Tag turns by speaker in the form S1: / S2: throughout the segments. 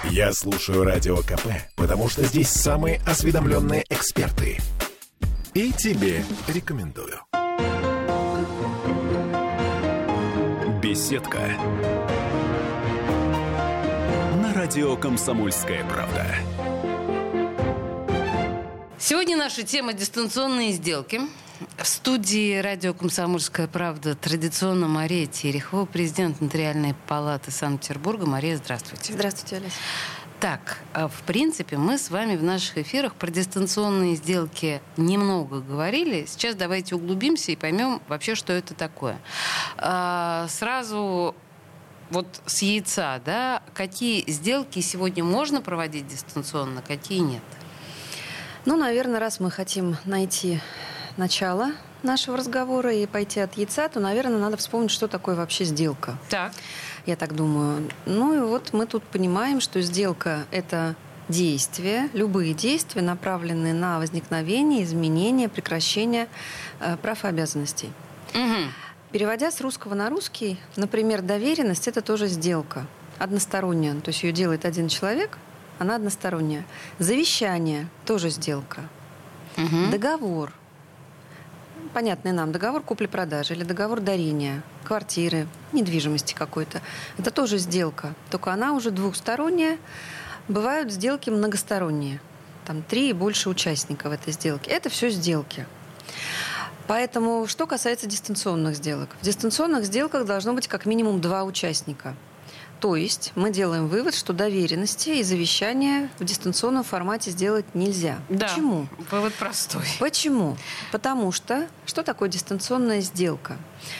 S1: Я слушаю Радио КП, потому что здесь самые осведомленные эксперты. И тебе рекомендую. Беседка. На радио «Комсомольская правда».
S2: Сегодня наша тема – дистанционные сделки. В студии радио «Комсомольская правда» традиционно Мария Терехова, президент Нотариальной палаты Санкт-Петербурга. Мария, здравствуйте.
S3: Здравствуйте, Олеся.
S2: Так, в принципе, мы с вами в наших эфирах про дистанционные сделки немного говорили. Сейчас давайте углубимся и поймем вообще, что это такое. Сразу вот с яйца, да, какие сделки сегодня можно проводить дистанционно, какие нет?
S3: Ну, наверное, раз мы хотим найти начало нашего разговора и пойти от яйца, то, наверное, надо вспомнить, что такое вообще сделка.
S2: Так.
S3: Я так думаю. Ну и вот мы тут понимаем, что сделка – это действия, любые действия, направленные на возникновение, изменение, прекращение прав и обязанностей.
S2: Угу.
S3: Переводя с русского на русский, например, доверенность – это тоже сделка односторонняя. То есть ее делает один человек, она односторонняя. Завещание – тоже сделка.
S2: Угу.
S3: Договор. Понятный нам договор купли-продажи или договор дарения квартиры, недвижимости какой-то. Это тоже сделка, только она уже двухсторонняя. Бывают сделки многосторонние. Там 3 и больше участников этой сделки. Это все сделки. Поэтому, что касается дистанционных сделок. В дистанционных сделках должно быть как минимум 2 участника. То есть мы делаем вывод, что доверенности и завещания в дистанционном формате сделать нельзя.
S2: Да,
S3: почему?
S2: вывод простой.
S3: Почему? Потому что такое дистанционная сделка?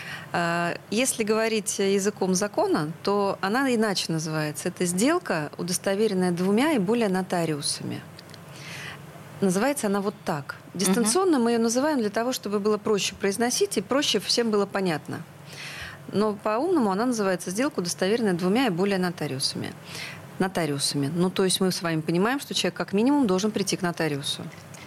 S3: Если говорить языком закона, то она иначе называется. Это сделка, удостоверенная 2 и более нотариусами. Называется она вот так. Дистанционно мы ее называем для того, чтобы было проще произносить и проще всем было понятно. Но по-умному она называется сделка, удостоверенная 2 и более нотариусами. Ну, то есть мы с вами понимаем, что человек как минимум должен прийти к нотариусу.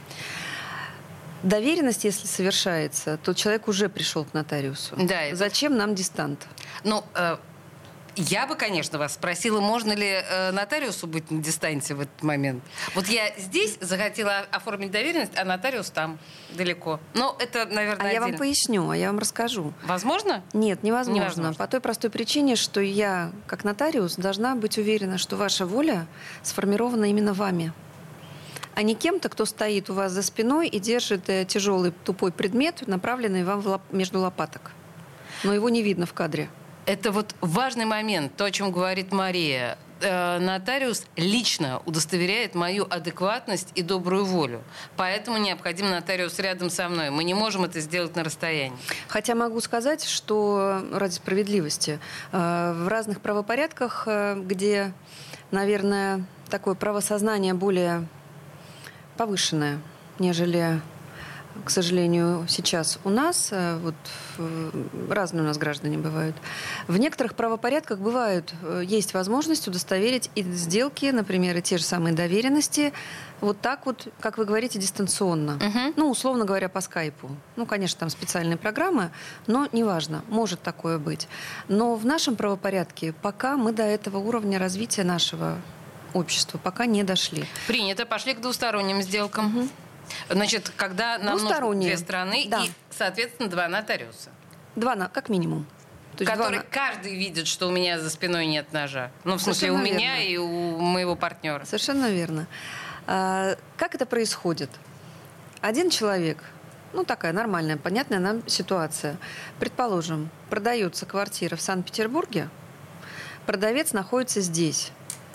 S3: Доверенность, если совершается, то человек уже пришел к нотариусу.
S2: Да, это...
S3: Зачем нам дистант?
S2: Ну, я бы, конечно, вас спросила, можно ли нотариусу быть на дистанции в этот момент. Вот я здесь захотела оформить доверенность, а нотариус там далеко. Но это, наверное,
S3: я вам поясню, я вам расскажу.
S2: Возможно?
S3: Нет, невозможно.
S2: Невозможно.
S3: По той простой причине, что я, как нотариус, должна быть уверена, что ваша воля сформирована именно вами, а не кем-то, кто стоит у вас за спиной и держит тяжелый тупой предмет, направленный вам между лопаток. Но его не видно в кадре.
S2: Это вот важный момент, то, о чем говорит Мария. Нотариус лично удостоверяет мою адекватность и добрую волю. Поэтому необходим нотариус рядом со мной. Мы не можем это сделать на расстоянии.
S3: Хотя могу сказать, что ради справедливости в разных правопорядках, где, наверное, такое правосознание более повышенное, нежели, к сожалению, сейчас у нас, вот разные у нас граждане бывают, в некоторых правопорядках есть возможность удостоверить и сделки, например, и те же самые доверенности, вот так вот, как вы говорите, дистанционно.
S2: Угу.
S3: Ну, условно говоря, по скайпу. Ну, конечно, там специальные программы, но неважно, может такое быть. Но в нашем правопорядке пока мы до этого уровня развития нашего общества пока не дошли.
S2: Принято. Пошли к двусторонним сделкам. Угу. Значит, когда нам нужны 2 страны
S3: да.
S2: и, соответственно, 2 нотариуса.
S3: 2, как минимум. То есть
S2: которые каждый видит, что у меня за спиной нет ножа. Ну, в смысле, у меня и у моего партнера.
S3: Совершенно верно. Как это происходит? Один человек, ну, такая нормальная, понятная нам ситуация. Предположим, продается квартира в Санкт-Петербурге, продавец находится здесь.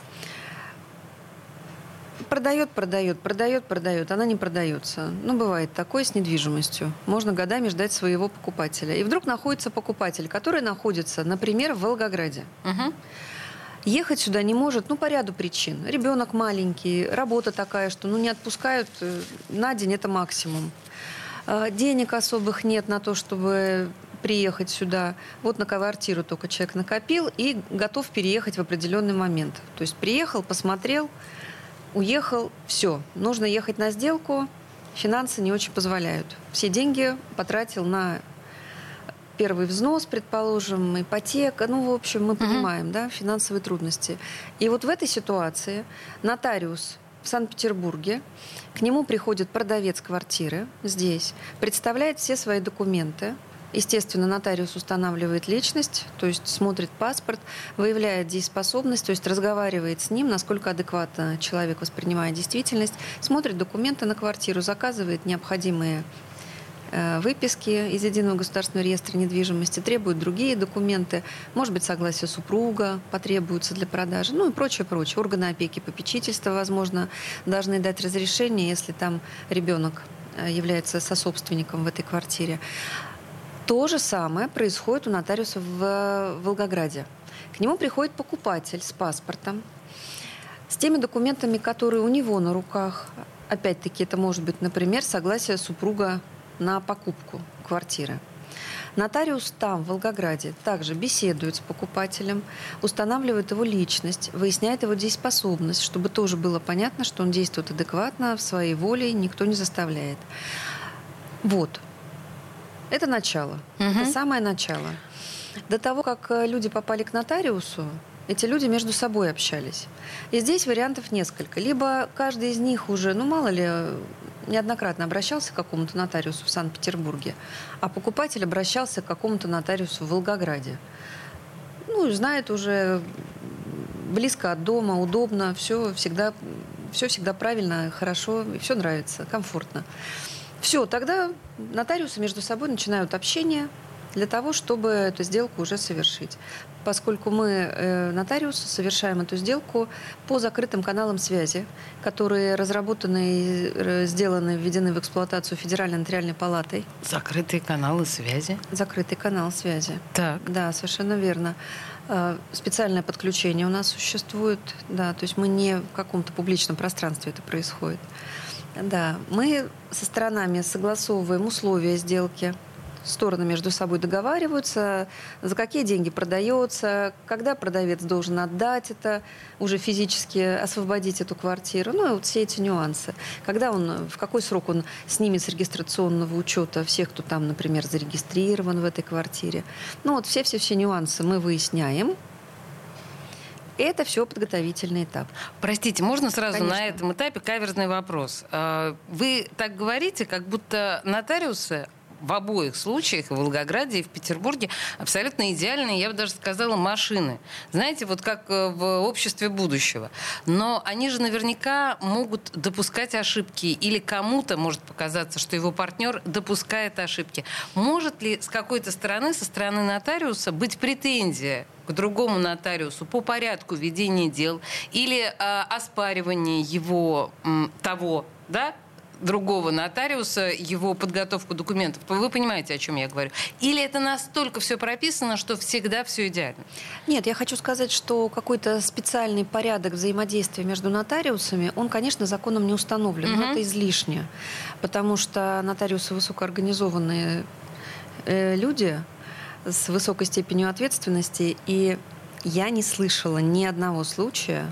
S3: Продает, она не продается. Ну, бывает такое с недвижимостью. Можно годами ждать своего покупателя. И вдруг находится покупатель, который находится, например, в Волгограде.
S2: Угу.
S3: Ехать сюда не может, по ряду причин. Ребенок маленький, работа такая, что не отпускают на день, это максимум. Денег особых нет на то, чтобы приехать сюда. Вот на квартиру только человек накопил и готов переехать в определенный момент. То есть приехал, посмотрел, уехал, все. Нужно ехать на сделку, финансы не очень позволяют. Все деньги потратил на первый взнос, предположим, ипотека. Ну, в общем, мы понимаем, да, финансовые трудности. И вот в этой ситуации нотариус в Санкт-Петербурге, к нему приходит продавец квартиры здесь, представляет все свои документы. Естественно, нотариус устанавливает личность, то есть смотрит паспорт, выявляет дееспособность, то есть разговаривает с ним, насколько адекватно человек воспринимает действительность, смотрит документы на квартиру, заказывает необходимые выписки из Единого государственного реестра недвижимости, требует другие документы, может быть, согласие супруга потребуется для продажи, ну и прочее, прочее. Органы опеки, попечительства, возможно, должны дать разрешение, если там ребенок является сособственником в этой квартире. То же самое происходит у нотариуса в Волгограде. К нему приходит покупатель с паспортом, с теми документами, которые у него на руках. Опять-таки, это может быть, например, согласие супруга на покупку квартиры. Нотариус там, в Волгограде, также беседует с покупателем, устанавливает его личность, выясняет его дееспособность, чтобы тоже было понятно, что он действует адекватно, в своей воле, никто не заставляет. Вот. Это начало. Это самое начало. До того, как люди попали к нотариусу, эти люди между собой общались. И здесь вариантов несколько. Либо каждый из них уже, ну мало ли, неоднократно обращался к какому-то нотариусу в Санкт-Петербурге, а покупатель обращался к какому-то нотариусу в Волгограде. Ну, знает уже, близко от дома, удобно, все всегда правильно, хорошо, и все нравится, комфортно. Все, тогда нотариусы между собой начинают общение для того, чтобы эту сделку уже совершить. Поскольку мы, нотариусы, совершаем эту сделку по закрытым каналам связи, которые разработаны, сделаны, введены в эксплуатацию Федеральной нотариальной палатой.
S2: Закрытые каналы связи?
S3: Закрытый канал связи.
S2: Так.
S3: Да, совершенно верно. Специальное подключение у нас существует. Да, то есть мы не в каком-то публичном пространстве это происходит. Да, мы со сторонами согласовываем условия сделки. Стороны между собой договариваются, за какие деньги продается, когда продавец должен отдать это, уже физически освободить эту квартиру. Ну и вот все эти нюансы. Когда он, в какой срок он снимет с регистрационного учета всех, кто там, например, зарегистрирован в этой квартире. Ну вот все нюансы мы выясняем. Это все подготовительный этап.
S2: Простите, можно сразу
S3: Конечно.
S2: на этом этапе каверзный вопрос? Вы так говорите, как будто нотариусы в обоих случаях, и в Волгограде, и в Петербурге, абсолютно идеальные, я бы даже сказала, машины. Знаете, вот как в обществе будущего. Но они же наверняка могут допускать ошибки, или кому-то может показаться, что его партнер допускает ошибки. Может ли с какой-то стороны, со стороны нотариуса, быть претензия к другому нотариусу по порядку ведения дел или оспаривание его того, да, другого нотариуса, его подготовку документов? Вы понимаете, о чем я говорю? Или это настолько все прописано, что всегда все идеально?
S3: Нет, я хочу сказать, что какой-то специальный порядок взаимодействия между нотариусами, он, конечно, законом не установлен, но это излишне, потому что нотариусы высокоорганизованные люди с высокой степенью ответственности, и я не слышала ни одного случая,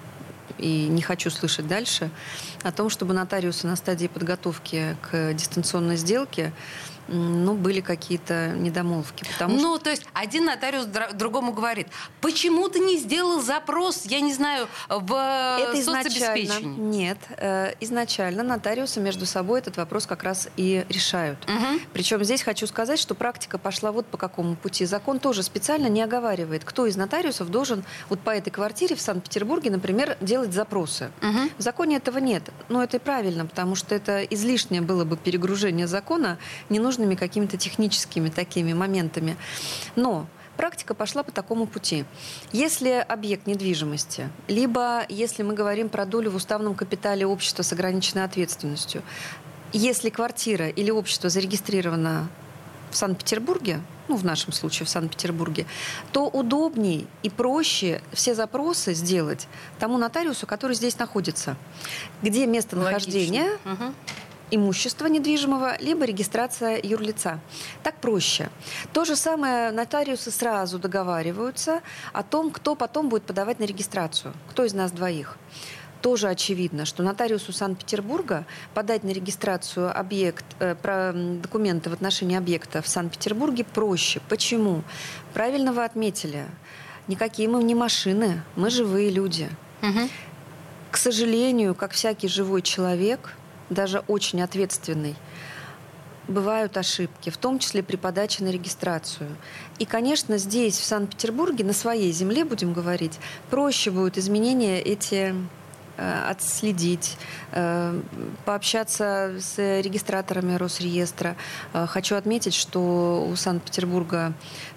S3: и не хочу слышать дальше, о том, чтобы нотариусы на стадии подготовки к дистанционной сделке, ну, были какие-то недомолвки.
S2: Ну, то есть один нотариус другому говорит: почему ты не сделал запрос, я не знаю, в соцобеспечении?
S3: Нет. Изначально нотариусы между собой этот вопрос как раз и решают. Причем здесь хочу сказать, что практика пошла вот по какому пути. Закон тоже специально не оговаривает, кто из нотариусов должен вот по этой квартире в Санкт-Петербурге, например, делать запросы. В законе этого нет. Но это и правильно, потому что это излишнее было бы перегружение закона ненужными какими-то техническими такими моментами. Но практика пошла по такому пути. Если объект недвижимости, либо если мы говорим про долю в уставном капитале общества с ограниченной ответственностью, если квартира или общество зарегистрировано в Санкт-Петербурге, ну, в нашем случае в Санкт-Петербурге, то удобнее и проще все запросы сделать тому нотариусу, который здесь находится, где местонахождение имущества недвижимого, либо регистрация юрлица. Так проще. То же самое нотариусы сразу договариваются о том, кто потом будет подавать на регистрацию. Кто из нас двоих. тоже очевидно, что нотариусу Санкт-Петербурга подать на регистрацию документы в отношении объекта в Санкт-Петербурге проще. Почему? Правильно вы отметили. Никакие мы не машины, мы живые люди.
S2: Угу.
S3: К сожалению, как всякий живой человек, даже очень ответственный, бывают ошибки, в том числе при подаче на регистрацию. И, конечно, здесь, в Санкт-Петербурге, на своей земле, будем говорить, проще будут изменения эти отследить, пообщаться с регистраторами Росреестра. Хочу отметить, что в Санкт-Петербурге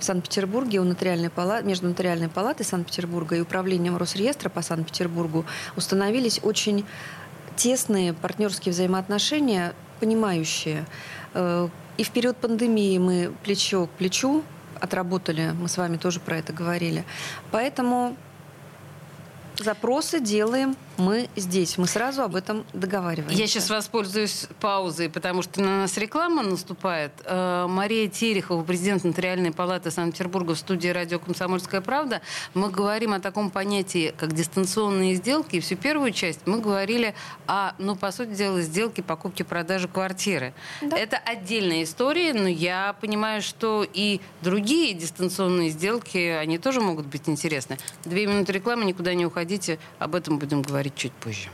S3: между Нотариальной палатой Санкт-Петербурга и управлением Росреестра по Санкт-Петербургу установились очень тесные партнерские взаимоотношения, понимающие. И в период пандемии мы плечо к плечу отработали, мы с вами тоже про это говорили. Поэтому запросы делаем мы здесь. Мы сразу об этом договариваемся.
S2: Я сейчас воспользуюсь паузой, потому что на нас реклама наступает. Мария Терехова, президент Нотариальной палаты Санкт-Петербурга, в студии радио «Комсомольская правда». Мы говорим о таком понятии, как дистанционные сделки. И всю первую часть мы говорили о, по сути дела, сделке покупки-продажи квартиры. Да. Это отдельная история, но я понимаю, что и другие дистанционные сделки, они тоже могут быть интересны. 2 минуты рекламы, никуда не уходите. Об этом будем говорить чуть позже.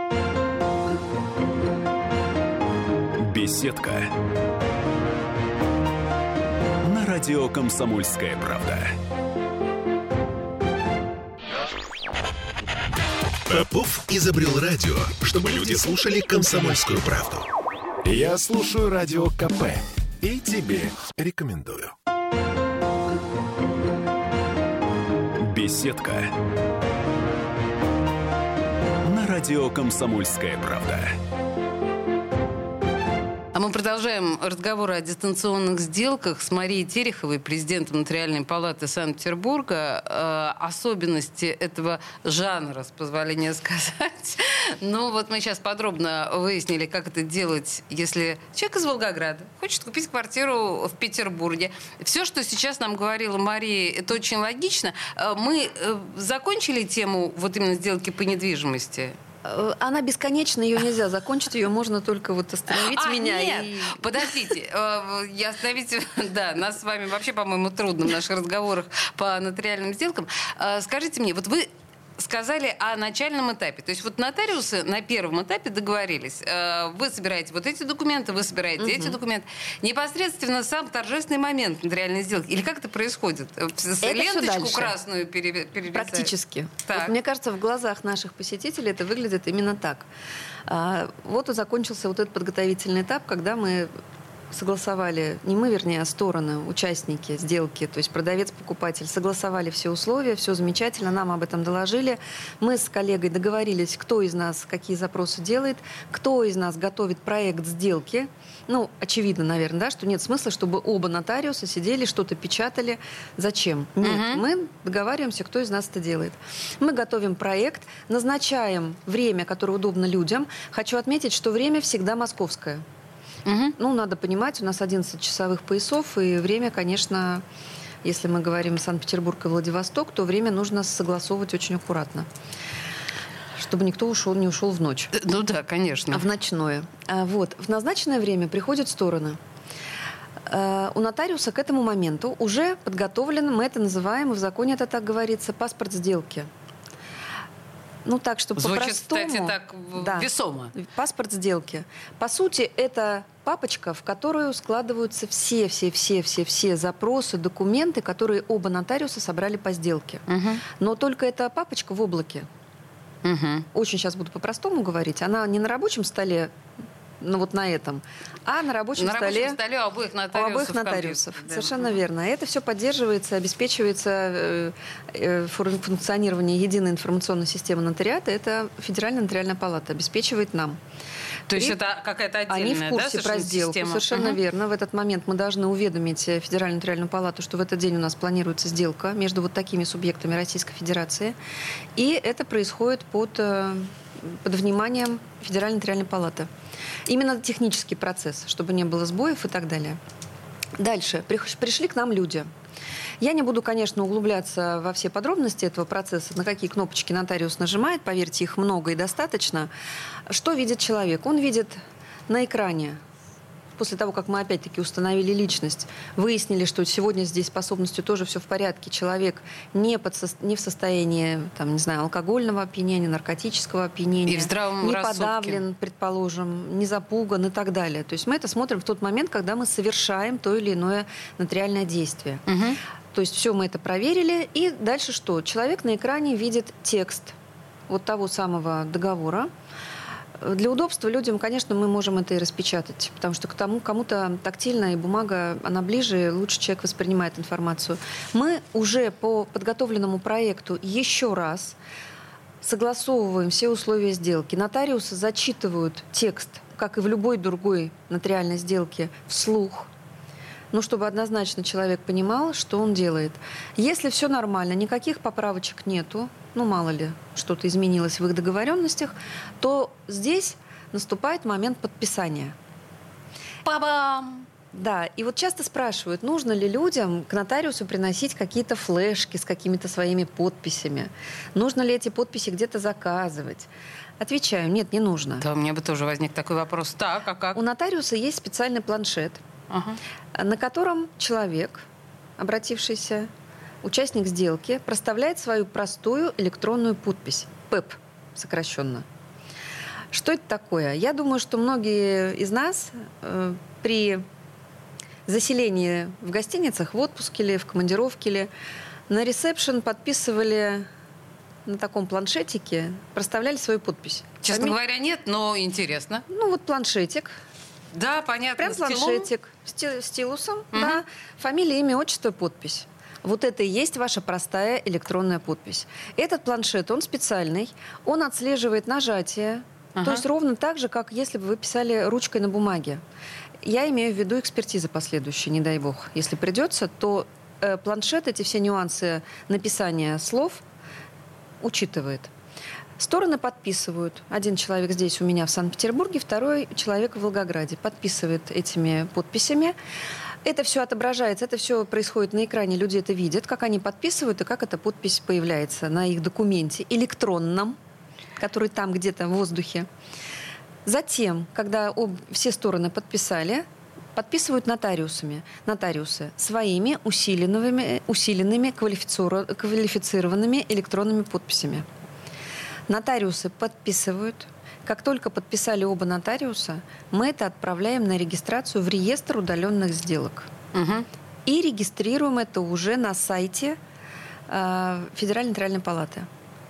S1: Беседка. На радио «Комсомольская правда». Попов изобрел радио, чтобы люди слушали «Комсомольскую правду». Я слушаю радио КП и тебе рекомендую. Беседка. На радио «Комсомольская правда».
S2: А мы продолжаем разговор о дистанционных сделках с Марией Тереховой, президентом Нотариальной палаты Санкт-Петербурга. Особенности этого жанра, с позволения сказать. Мы сейчас подробно выяснили, как это делать, если человек из Волгограда хочет купить квартиру в Петербурге. Все, что сейчас нам говорила Мария, это очень логично. Мы закончили тему именно сделки по недвижимости?
S3: Она бесконечна, ее нельзя закончить, ее можно только остановить меня.
S2: Нет, подождите, остановите, нас с вами вообще, по-моему, трудно в наших разговорах по нотариальным сделкам. Скажите мне, вы сказали о начальном этапе. То есть нотариусы на первом этапе договорились. Вы собираете эти документы, вы собираете эти документы. Непосредственно сам торжественный момент нотариальной сделки. Или как это происходит? Ленточку красную перерезают?
S3: Практически. Мне кажется, в глазах наших посетителей это выглядит именно так. Закончился этот подготовительный этап, когда мы согласовали, не мы, вернее, а стороны, участники сделки, то есть продавец-покупатель, согласовали все условия, все замечательно, нам об этом доложили. Мы с коллегой договорились, кто из нас какие запросы делает, кто из нас готовит проект сделки. Очевидно, наверное, что нет смысла, чтобы оба нотариуса сидели, что-то печатали. Зачем? Нет, мы договариваемся, кто из нас это делает. Мы готовим проект, назначаем время, которое удобно людям. Хочу отметить, что время всегда московское. Надо понимать, у нас 11 часовых поясов, и время, конечно, если мы говорим Санкт-Петербург и Владивосток, то время нужно согласовывать очень аккуратно, чтобы никто не ушел в ночь.
S2: Конечно.
S3: В ночное. В назначенное время приходят стороны. У нотариуса к этому моменту уже подготовлен, мы это называем, и в законе это так говорится, паспорт сделки. Так, чтобы
S2: звучит,
S3: по-простому...
S2: кстати, так весомо.
S3: Паспорт сделки. По сути, это папочка, в которую складываются все запросы, документы, которые оба нотариуса собрали по сделке. Но только эта папочка в облаке. Очень сейчас буду по-простому говорить. Она не на рабочем столе, на этом, а на рабочем столе
S2: у обоих нотариусов.
S3: Совершенно верно. Это все поддерживается, обеспечивается функционирование единой информационной системы нотариата. Это Федеральная нотариальная палата обеспечивает нам.
S2: То есть это какая-то отдельная,
S3: они в курсе про сделку, система. Совершенно верно. В этот момент мы должны уведомить Федеральную нотариальную палату, что в этот день у нас планируется сделка между такими субъектами Российской Федерации. И это происходит под вниманием Федеральной нотариальной палаты. Именно технический процесс, чтобы не было сбоев и так далее. Дальше. Пришли к нам люди. Я не буду, конечно, углубляться во все подробности этого процесса, на какие кнопочки нотариус нажимает, поверьте, их много и достаточно. Что видит человек? Он видит на экране, после того, как мы опять-таки установили личность, выяснили, что сегодня здесь с способностью тоже все в порядке, человек не в состоянии, там, не знаю, алкогольного опьянения, наркотического опьянения,
S2: и в здравом
S3: не
S2: рассудке.
S3: подавлен, предположим, не запуган и так далее. То есть мы это смотрим в тот момент, когда мы совершаем то или иное нотариальное действие.
S2: Угу.
S3: То есть все мы это проверили, и дальше что? Человек на экране видит текст вот того самого договора. Для удобства людям, конечно, мы можем это и распечатать, потому что кому-то тактильная бумага, она ближе, лучше человек воспринимает информацию. Мы уже по подготовленному проекту еще раз согласовываем все условия сделки. Нотариусы зачитывают текст, как и в любой другой нотариальной сделке, вслух, чтобы однозначно человек понимал, что он делает. Если все нормально, никаких поправочек нету, мало ли, что-то изменилось в их договоренностях, то здесь наступает момент подписания.
S2: Па-бам!
S3: Да, и вот часто спрашивают, нужно ли людям к нотариусу приносить какие-то флешки с какими-то своими подписями, нужно ли эти подписи где-то заказывать. Отвечаю, нет, не нужно.
S2: Да, у меня бы тоже возник такой вопрос. Так, а как?
S3: У нотариуса есть специальный планшет, на котором человек, обратившийся, участник сделки, проставляет свою простую электронную подпись. ПЭП сокращенно. Что это такое? Я думаю, что многие из нас при заселении в гостиницах, в отпуске ли, в командировке ли, на ресепшн подписывали на таком планшетике, проставляли свою подпись.
S2: Честно говоря, нет, но интересно.
S3: Планшетик.
S2: Да, понятно.
S3: Прям планшетик. Стилусом, да. Фамилия, имя, отчество, подпись. Вот это и есть ваша простая электронная подпись. Этот планшет, он специальный, он отслеживает нажатие, то есть ровно так же, как если бы вы писали ручкой на бумаге. Я имею в виду экспертизы последующие, не дай бог. Если придется, то планшет эти все нюансы написания слов учитывает. Стороны подписывают. Один человек здесь у меня в Санкт-Петербурге, второй человек в Волгограде. Подписывает этими подписями. Это все отображается, это все происходит на экране, люди это видят, как они подписывают и как эта подпись появляется на их документе электронном, который там где-то в воздухе. Затем, когда все стороны подписали, подписывают нотариусы своими усиленными квалифицированными электронными подписями. Нотариусы подписывают. Как только подписали оба нотариуса, мы это отправляем на регистрацию в реестр удаленных сделок. И регистрируем это уже на сайте Федеральной нотариальной палаты.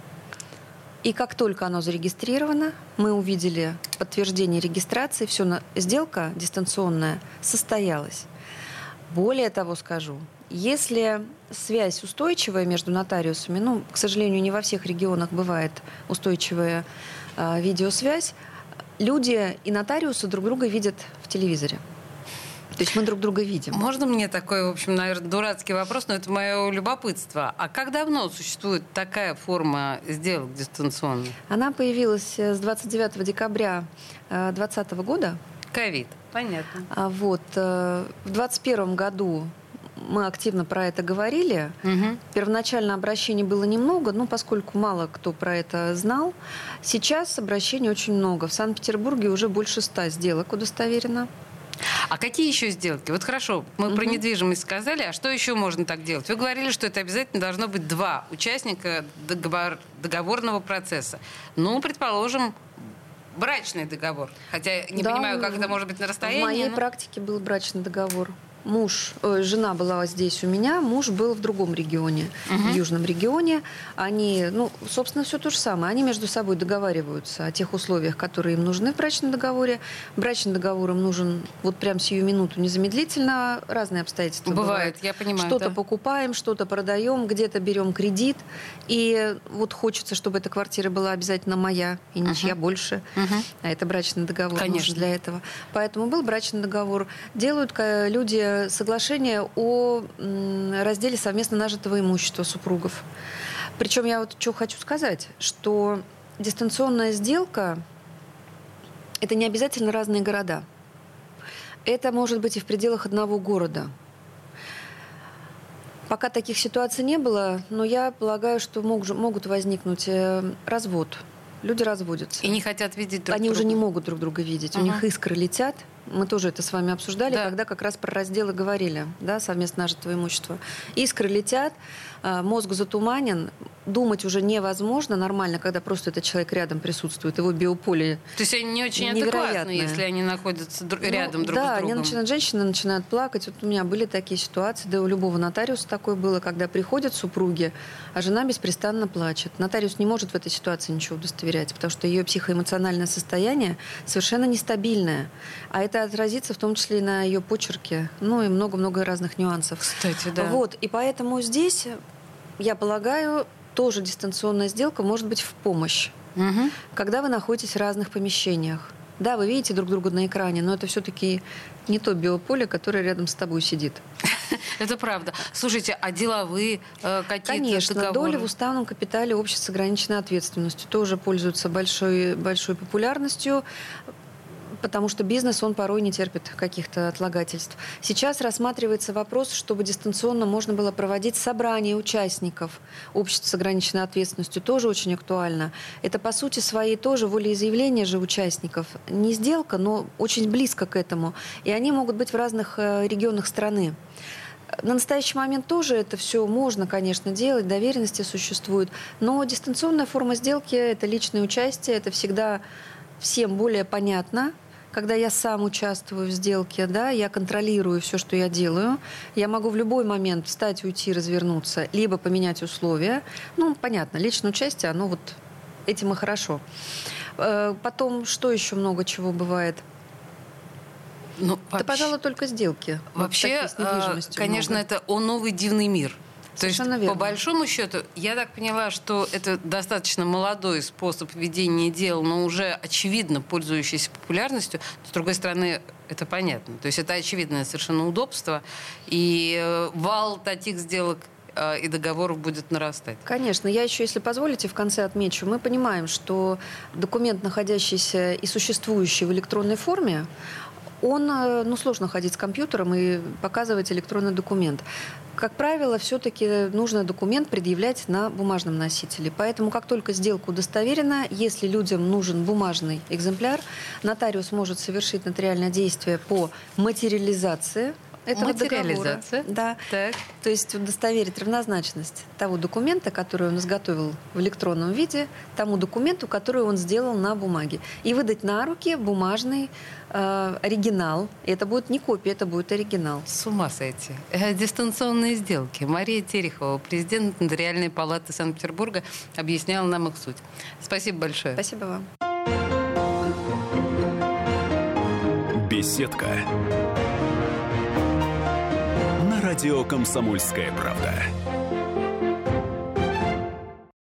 S3: И как только оно зарегистрировано, мы увидели подтверждение регистрации, сделка дистанционная состоялась. Более того скажу, если связь устойчивая между нотариусами, к сожалению, не во всех регионах бывает устойчивая видеосвязь, люди и нотариусы друг друга видят в телевизоре. То есть мы друг друга видим.
S2: Можно мне такой, в общем, наверное, дурацкий вопрос, но это мое любопытство. А как давно существует такая форма сделок дистанционных?
S3: Она появилась с 29 декабря 2020 года.
S2: Ковид. Понятно.
S3: В 2021 году мы активно про это говорили. Первоначально обращений было немного, поскольку мало кто про это знал. Сейчас обращений очень много. В Санкт-Петербурге уже больше 100 сделок удостоверено.
S2: А какие еще сделки? Вот хорошо, мы про недвижимость сказали, а что еще можно так делать? Вы говорили, что это обязательно должно быть два участника договорного процесса. Предположим, брачный договор. Хотя не понимаю, как это может быть на расстоянии.
S3: В моей практике был брачный договор. Жена была здесь у меня, муж был в другом регионе, в южном регионе. Они, собственно, все то же самое. Они между собой договариваются о тех условиях, которые им нужны в брачном договоре. Брачный договор им нужен вот прям сию минуту, незамедлительно. Разные обстоятельства бывают.
S2: Я понимаю.
S3: Что-то покупаем, что-то продаем, где-то берем кредит. И вот хочется, чтобы эта квартира была обязательно моя, и ничья больше. А это брачный договор нужен для этого. Поэтому был брачный договор. Делают люди соглашение о разделе совместно нажитого имущества супругов. Причем я что хочу сказать, что дистанционная сделка – это не обязательно разные города. Это может быть и в пределах одного города. Пока таких ситуаций не было, но я полагаю, что могут возникнуть развод. Люди разводятся.
S2: И не хотят видеть друг друга.
S3: Они уже не могут друг друга видеть. У них искры летят. Мы тоже это с вами обсуждали, когда как раз про разделы говорили, да, совместно нажитого имущества. Искры летят, мозг затуманен, думать уже невозможно нормально, когда просто этот человек рядом присутствует, его биополе невероятное.
S2: То есть они не очень адекватны, если они находятся рядом друг с другом.
S3: Женщины начинают плакать. Вот у меня были такие ситуации, да у любого нотариуса такое было, когда приходят супруги, а жена беспрестанно плачет. Нотариус не может в этой ситуации ничего удостоверять, потому что ее психоэмоциональное состояние совершенно нестабильное. А это отразится в том числе и на ее почерке, ну и много-много разных нюансов.
S2: Кстати, да.
S3: Вот, и поэтому здесь, я полагаю, тоже дистанционная сделка может быть в помощь, когда вы находитесь в разных помещениях. Да, вы видите друг друга на экране, но это все-таки не то биополе, которое рядом с тобой сидит.
S2: Это правда. Слушайте, а деловые какие-то
S3: Конечно,
S2: договоры?
S3: доли в уставном капитале обществ с ограниченной ответственностью тоже пользуются большой популярностью, потому что бизнес, он порой не терпит каких-то отлагательств. Сейчас рассматривается вопрос, чтобы дистанционно можно было проводить собрания участников обществ с ограниченной ответственностью. Тоже очень актуально. Это, по сути своей, тоже волеизъявление же участников. Не сделка, но очень близко к этому. И они могут быть в разных регионах страны. На настоящий момент тоже это все можно, конечно, делать, доверенности существуют. Но дистанционная форма сделки – это личное участие, это всегда всем более понятно. Когда я сам участвую в сделке, да, я контролирую все, что я делаю. Я могу в любой момент встать, уйти, развернуться, либо поменять условия. Ну, понятно, личное участие, оно вот этим и хорошо. Потом, что еще много чего бывает?
S2: Ну,
S3: это, пожалуй, только сделки.
S2: Вообще,
S3: вот
S2: конечно,
S3: много.
S2: Это новый дивный мир.
S3: Совершенно
S2: То есть,
S3: верно.
S2: по большому счету, я так поняла, что это достаточно молодой способ ведения дел, но уже очевидно пользующийся популярностью. С другой стороны, это понятно. То есть это очевидное совершенно удобство. И вал таких сделок и договоров будет нарастать.
S3: Конечно. Я еще, если позволите, в конце отмечу. Мы понимаем, что документ, находящийся и существующий в электронной форме, он, сложно ходить с компьютером и показывать электронный документ. Как правило, все-таки нужно документ предъявлять на бумажном носителе. Поэтому, как только сделка удостоверена, если людям нужен бумажный экземпляр, нотариус может совершить нотариальное действие по материализации этого договора. Да.
S2: Так.
S3: То есть удостоверить равнозначность того документа, который он изготовил в электронном виде, тому документу, который он сделал на бумаге. И выдать на руки бумажный оригинал. Это будет не копия, это будет оригинал.
S2: С ума сойти. Дистанционные сделки. Мария Терехова, президент Нотариальной палаты Санкт-Петербурга, объясняла нам их суть. Спасибо большое.
S3: Спасибо вам.
S1: Беседка. На радио «Комсомольская правда».